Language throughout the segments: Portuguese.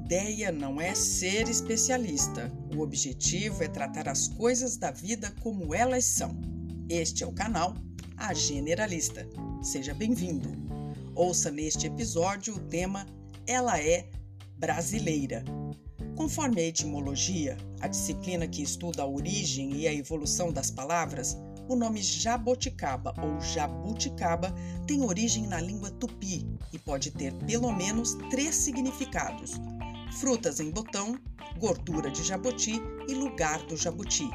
ideia não é ser especialista. O objetivo é tratar as coisas da vida como elas são. Este é o canal A Generalista. Seja bem-vindo. Ouça neste episódio o tema Ela é brasileira. Conforme a etimologia, a disciplina que estuda a origem e a evolução das palavras, o nome jaboticaba ou jabuticaba tem origem na língua tupi e pode ter pelo menos 3 significados: frutas em botão, gordura de jabuti e lugar do jabuti.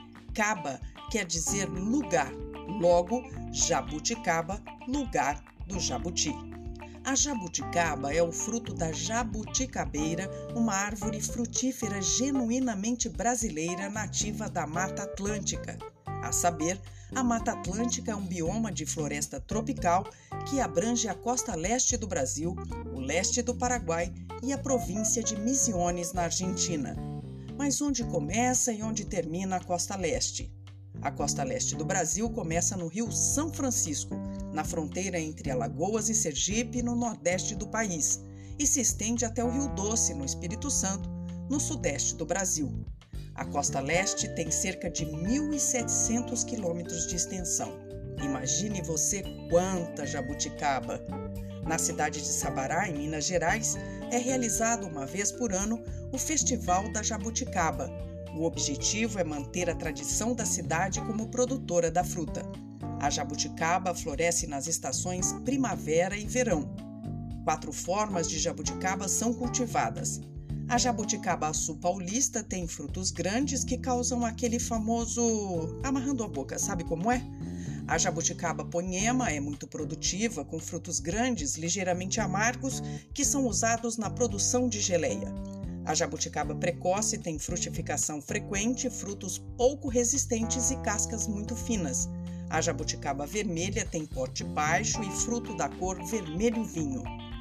Caba quer dizer lugar, logo jabuticaba, lugar do jabuti. A jabuticaba é o fruto da jabuticabeira, uma árvore frutífera genuinamente brasileira nativa da Mata Atlântica. A saber, a Mata Atlântica é um bioma de floresta tropical que abrange a costa leste do Brasil, o leste do Paraguai e a província de Misiones, na Argentina. Mas onde começa e onde termina a costa leste? A costa leste do Brasil começa no Rio São Francisco, na fronteira entre Alagoas e Sergipe, no nordeste do país, e se estende até o Rio Doce, no Espírito Santo, no sudeste do Brasil. A costa leste tem cerca de 1.700 quilômetros de extensão. Imagine você quanta jabuticaba! Na cidade de Sabará, em Minas Gerais, é realizado uma vez por ano o Festival da Jabuticaba. O objetivo é manter a tradição da cidade como produtora da fruta. A jabuticaba floresce nas estações primavera e verão. 4 formas de jabuticaba são cultivadas. A jabuticaba-açu paulista tem frutos grandes que causam aquele famoso amarrando a boca, sabe como é? A jabuticaba ponhema é muito produtiva, com frutos grandes, ligeiramente amargos, que são usados na produção de geleia. A jabuticaba precoce tem frutificação frequente, frutos pouco resistentes e cascas muito finas. A jabuticaba vermelha tem porte baixo e fruto da cor vermelho vinho.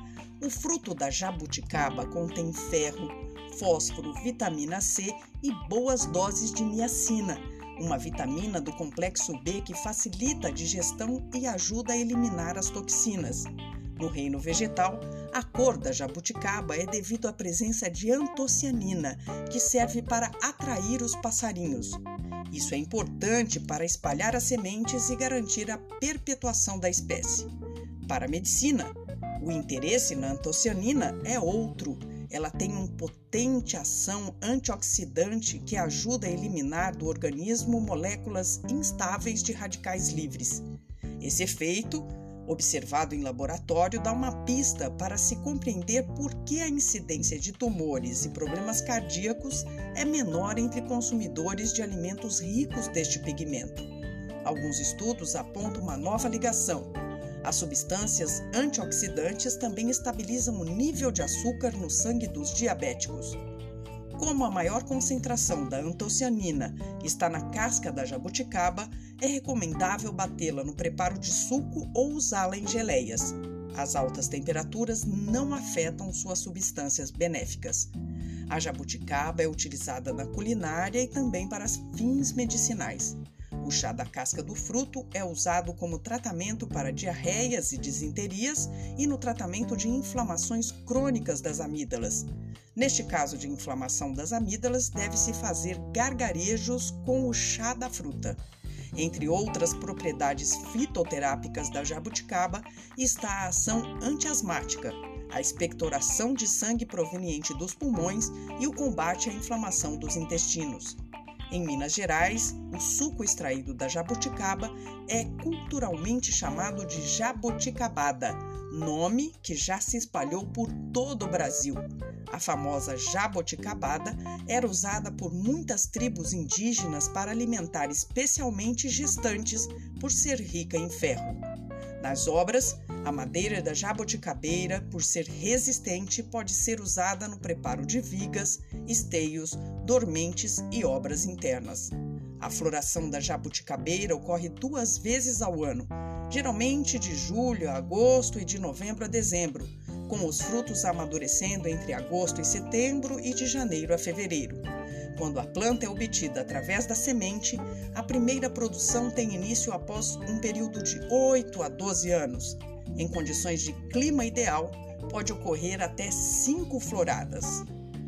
O fruto da jabuticaba contém ferro, fósforo, vitamina C e boas doses de niacina, uma vitamina do complexo B que facilita a digestão e ajuda a eliminar as toxinas. No reino vegetal, a cor da jabuticaba é devido à presença de antocianina, que serve para atrair os passarinhos. Isso é importante para espalhar as sementes e garantir a perpetuação da espécie. Para a medicina, o interesse na antocianina é outro. Ela tem uma potente ação antioxidante que ajuda a eliminar do organismo moléculas instáveis de radicais livres. Esse efeito, observado em laboratório, dá uma pista para se compreender por que a incidência de tumores e problemas cardíacos é menor entre consumidores de alimentos ricos deste pigmento. Alguns estudos apontam uma nova ligação. As substâncias antioxidantes também estabilizam o nível de açúcar no sangue dos diabéticos. Como a maior concentração da antocianina está na casca da jabuticaba, é recomendável batê-la no preparo de suco ou usá-la em geleias. As altas temperaturas não afetam suas substâncias benéficas. A jabuticaba é utilizada na culinária e também para fins medicinais. O chá da casca do fruto é usado como tratamento para diarreias e disenterias e no tratamento de inflamações crônicas das amígdalas. Neste caso de inflamação das amígdalas, deve-se fazer gargarejos com o chá da fruta. Entre outras propriedades fitoterápicas da jabuticaba está a ação antiasmática, a expectoração de sangue proveniente dos pulmões e o combate à inflamação dos intestinos. Em Minas Gerais, o suco extraído da jabuticaba é culturalmente chamado de jaboticabada, nome que já se espalhou por todo o Brasil. A famosa jaboticabada era usada por muitas tribos indígenas para alimentar especialmente gestantes por ser rica em ferro. Nas obras, a madeira da jabuticabeira, por ser resistente, pode ser usada no preparo de vigas, esteios, dormentes e obras internas. A floração da jabuticabeira ocorre 2 vezes ao ano, geralmente de julho a agosto e de novembro a dezembro, com os frutos amadurecendo entre agosto e setembro e de janeiro a fevereiro. Quando a planta é obtida através da semente, a primeira produção tem início após um período de 8 a 12 anos. Em condições de clima ideal, pode ocorrer até 5 floradas.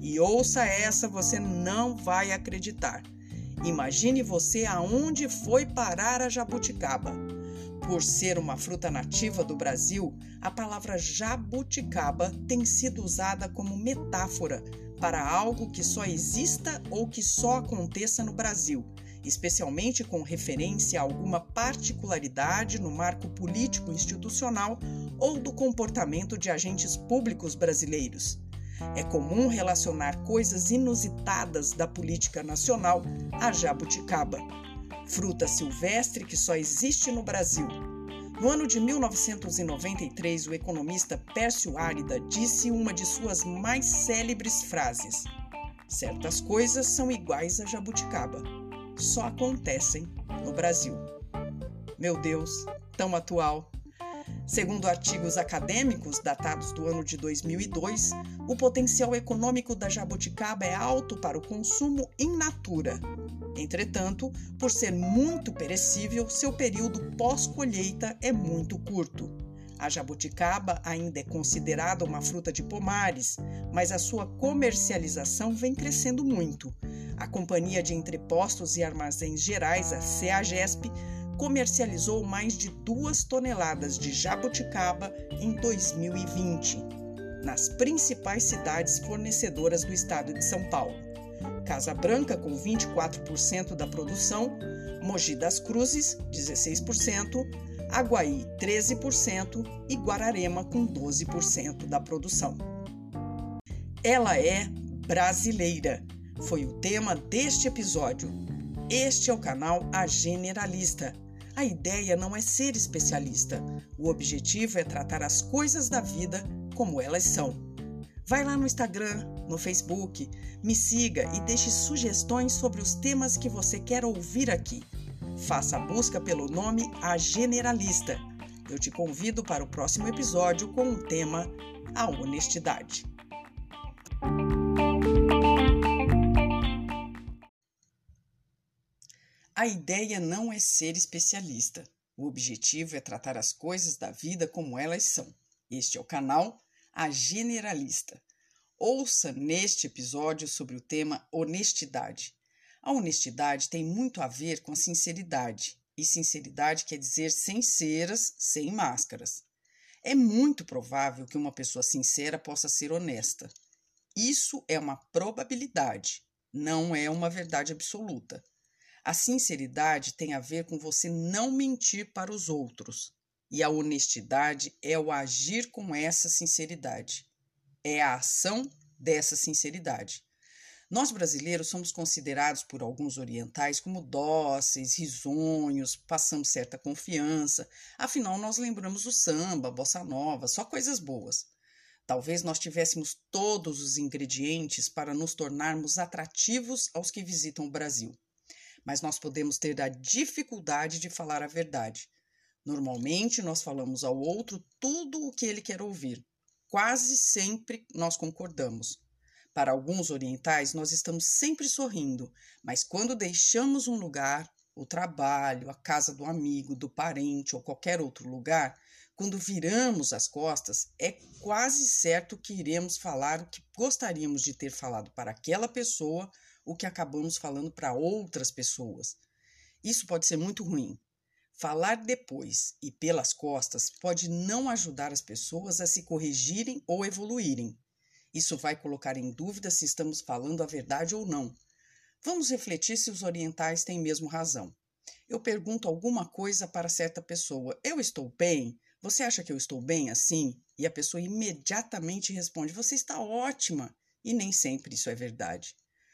E ouça essa, você não vai acreditar. Imagine você aonde foi parar a jabuticaba. Por ser uma fruta nativa do Brasil, a palavra jabuticaba tem sido usada como metáfora para algo que só exista ou que só aconteça no Brasil, especialmente com referência a alguma particularidade no marco político institucional ou do comportamento de agentes públicos brasileiros. É comum relacionar coisas inusitadas da política nacional à jabuticaba, fruta silvestre que só existe no Brasil. No ano de 1993, o economista Pércio Árida disse uma de suas mais célebres frases: "Certas coisas são iguais a jabuticaba, só acontecem no Brasil." Meu Deus, tão atual! Segundo artigos acadêmicos datados do ano de 2002, o potencial econômico da jabuticaba é alto para o consumo in natura. Entretanto, por ser muito perecível, seu período pós-colheita é muito curto. A jabuticaba ainda é considerada uma fruta de pomares, mas a sua comercialização vem crescendo muito. A Companhia de Entrepostos e Armazéns Gerais, a CEAGESP, comercializou mais de 2 toneladas de jabuticaba em 2020, nas principais cidades fornecedoras do estado de São Paulo. Casa Branca, com 24% da produção, Mogi das Cruzes, 16%, Aguaí, 13% e Guararema, com 12% da produção. Ela é brasileira, foi o tema deste episódio. Este é o canal A Generalista. A ideia não é ser especialista. O objetivo é tratar as coisas da vida como elas são. Vai lá no Instagram, no Facebook, me siga e deixe sugestões sobre os temas que você quer ouvir aqui. Faça a busca pelo nome A Generalista. Eu te convido para o próximo episódio com o tema A Honestidade. A ideia não é ser especialista. O objetivo é tratar as coisas da vida como elas são. Este é o canal A Generalista. Ouça neste episódio sobre o tema honestidade. A honestidade tem muito a ver com a sinceridade. E sinceridade quer dizer sem ceras, sem máscaras. É muito provável que uma pessoa sincera possa ser honesta. Isso é uma probabilidade, não é uma verdade absoluta. A sinceridade tem a ver com você não mentir para os outros. E a honestidade é o agir com essa sinceridade. É a ação dessa sinceridade. Nós brasileiros somos considerados por alguns orientais como dóceis, risonhos, passamos certa confiança. Afinal, nós lembramos o samba, a bossa nova, só coisas boas. Talvez nós tivéssemos todos os ingredientes para nos tornarmos atrativos aos que visitam o Brasil. Mas nós podemos ter a dificuldade de falar a verdade. Normalmente, nós falamos ao outro tudo o que ele quer ouvir. Quase sempre nós concordamos. Para alguns orientais, nós estamos sempre sorrindo, mas quando deixamos um lugar, o trabalho, a casa do amigo, do parente ou qualquer outro lugar, quando viramos as costas, é quase certo que iremos falar o que gostaríamos de ter falado para aquela pessoa, o que acabamos falando para outras pessoas. Isso pode ser muito ruim. Falar depois e pelas costas pode não ajudar as pessoas a se corrigirem ou evoluírem. Isso vai colocar em dúvida se estamos falando a verdade ou não. Vamos refletir se os orientais têm mesmo razão. Eu pergunto alguma coisa para certa pessoa: "Eu estou bem? Você acha que eu estou bem assim?" E a pessoa imediatamente responde: "Você está ótima." E nem sempre isso é verdade.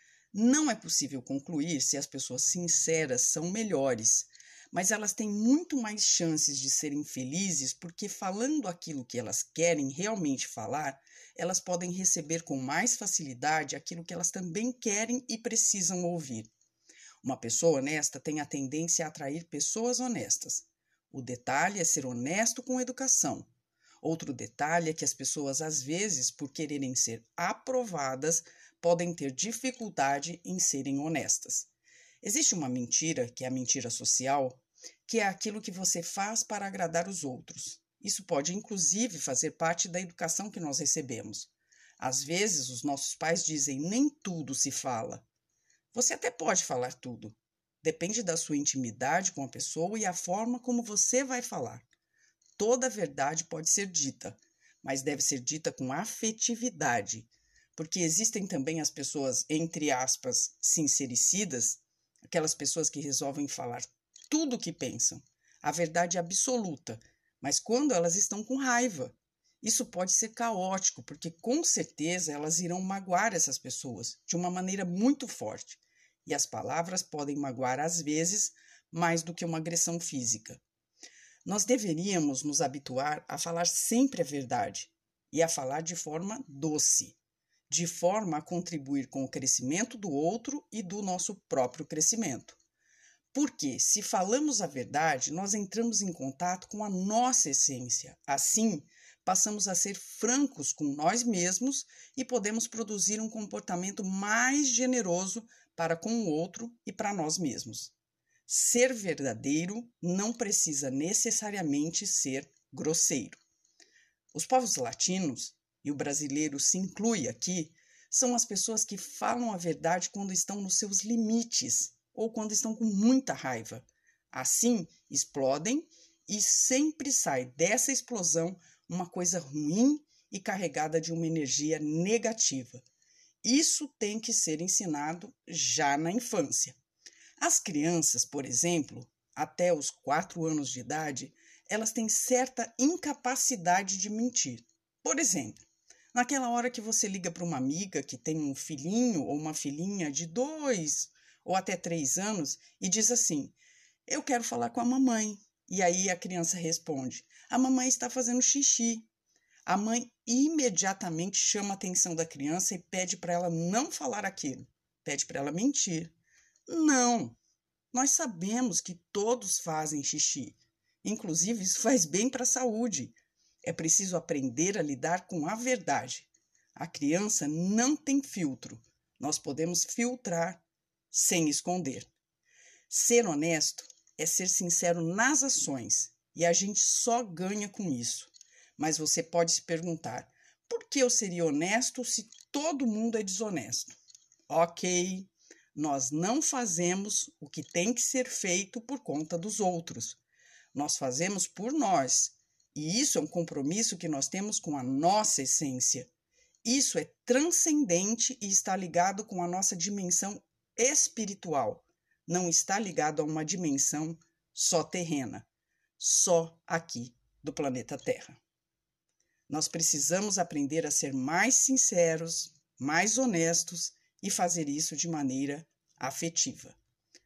Não é possível concluir se as pessoas sinceras são melhores, mas elas têm muito mais chances de serem felizes porque, falando aquilo que elas querem realmente falar, elas podem receber com mais facilidade aquilo que elas também querem e precisam ouvir. Uma pessoa honesta tem a tendência a atrair pessoas honestas. O detalhe é ser honesto com educação. Outro detalhe é que as pessoas, às vezes, por quererem ser aprovadas, podem ter dificuldade em serem honestas. Existe uma mentira, que é a mentira social, que é aquilo que você faz para agradar os outros. Isso pode, inclusive, fazer parte da educação que nós recebemos. Às vezes, os nossos pais dizem: nem tudo se fala. Você até pode falar tudo. Depende da sua intimidade com a pessoa e a forma como você vai falar. Toda a verdade pode ser dita, mas deve ser dita com afetividade, porque existem também as pessoas, entre aspas, sincericidas, aquelas pessoas que resolvem falar tudo o que pensam, a verdade absoluta, mas quando elas estão com raiva. Isso pode ser caótico, porque com certeza elas irão magoar essas pessoas de uma maneira muito forte. E as palavras podem magoar, às vezes, mais do que uma agressão física. Nós deveríamos nos habituar a falar sempre a verdade e a falar de forma doce, de forma a contribuir com o crescimento do outro e do nosso próprio crescimento. Porque, se falamos a verdade, nós entramos em contato com a nossa essência. Assim, passamos a ser francos com nós mesmos e podemos produzir um comportamento mais generoso para com o outro e para nós mesmos. Ser verdadeiro não precisa necessariamente ser grosseiro. Os povos latinos, e o brasileiro se inclui aqui, são as pessoas que falam a verdade quando estão nos seus limites ou quando estão com muita raiva. Assim, explodem e sempre sai dessa explosão uma coisa ruim e carregada de uma energia negativa. Isso tem que ser ensinado já na infância. As crianças, por exemplo, até os 4 anos de idade, elas têm certa incapacidade de mentir. Por exemplo, naquela hora que você liga para uma amiga que tem um filhinho ou uma filhinha de 2 ou até 3 anos e diz assim: eu quero falar com a mamãe. E aí a criança responde: a mamãe está fazendo xixi. A mãe imediatamente chama a atenção da criança e pede para ela não falar aquilo, pede para ela mentir. Não, nós sabemos que todos fazem xixi. Inclusive, isso faz bem para a saúde. É preciso aprender a lidar com a verdade. A criança não tem filtro. Nós podemos filtrar sem esconder. Ser honesto é ser sincero nas ações e a gente só ganha com isso. Mas você pode se perguntar: por que eu seria honesto se todo mundo é desonesto? Ok, nós não fazemos o que tem que ser feito por conta dos outros. Nós fazemos por nós. E isso é um compromisso que nós temos com a nossa essência. Isso é transcendente e está ligado com a nossa dimensão espiritual. Não está ligado a uma dimensão só terrena, só aqui do planeta Terra. Nós precisamos aprender a ser mais sinceros, mais honestos e fazer isso de maneira afetiva.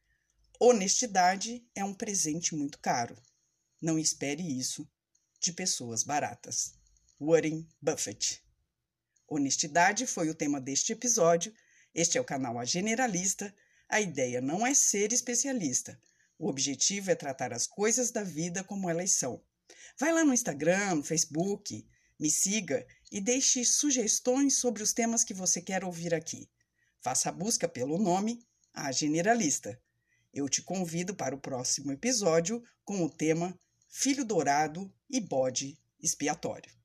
Honestidade é um presente muito caro. Não espere isso de pessoas baratas. Warren Buffett. Honestidade foi o tema deste episódio. Este é o canal A Generalista. A ideia não é ser especialista. O objetivo é tratar as coisas da vida como elas são. Vai lá no Instagram, no Facebook, me siga e deixe sugestões sobre os temas que você quer ouvir aqui. Faça a busca pelo nome A Generalista. Eu te convido para o próximo episódio com o tema Filho Dourado e Bode Expiatório.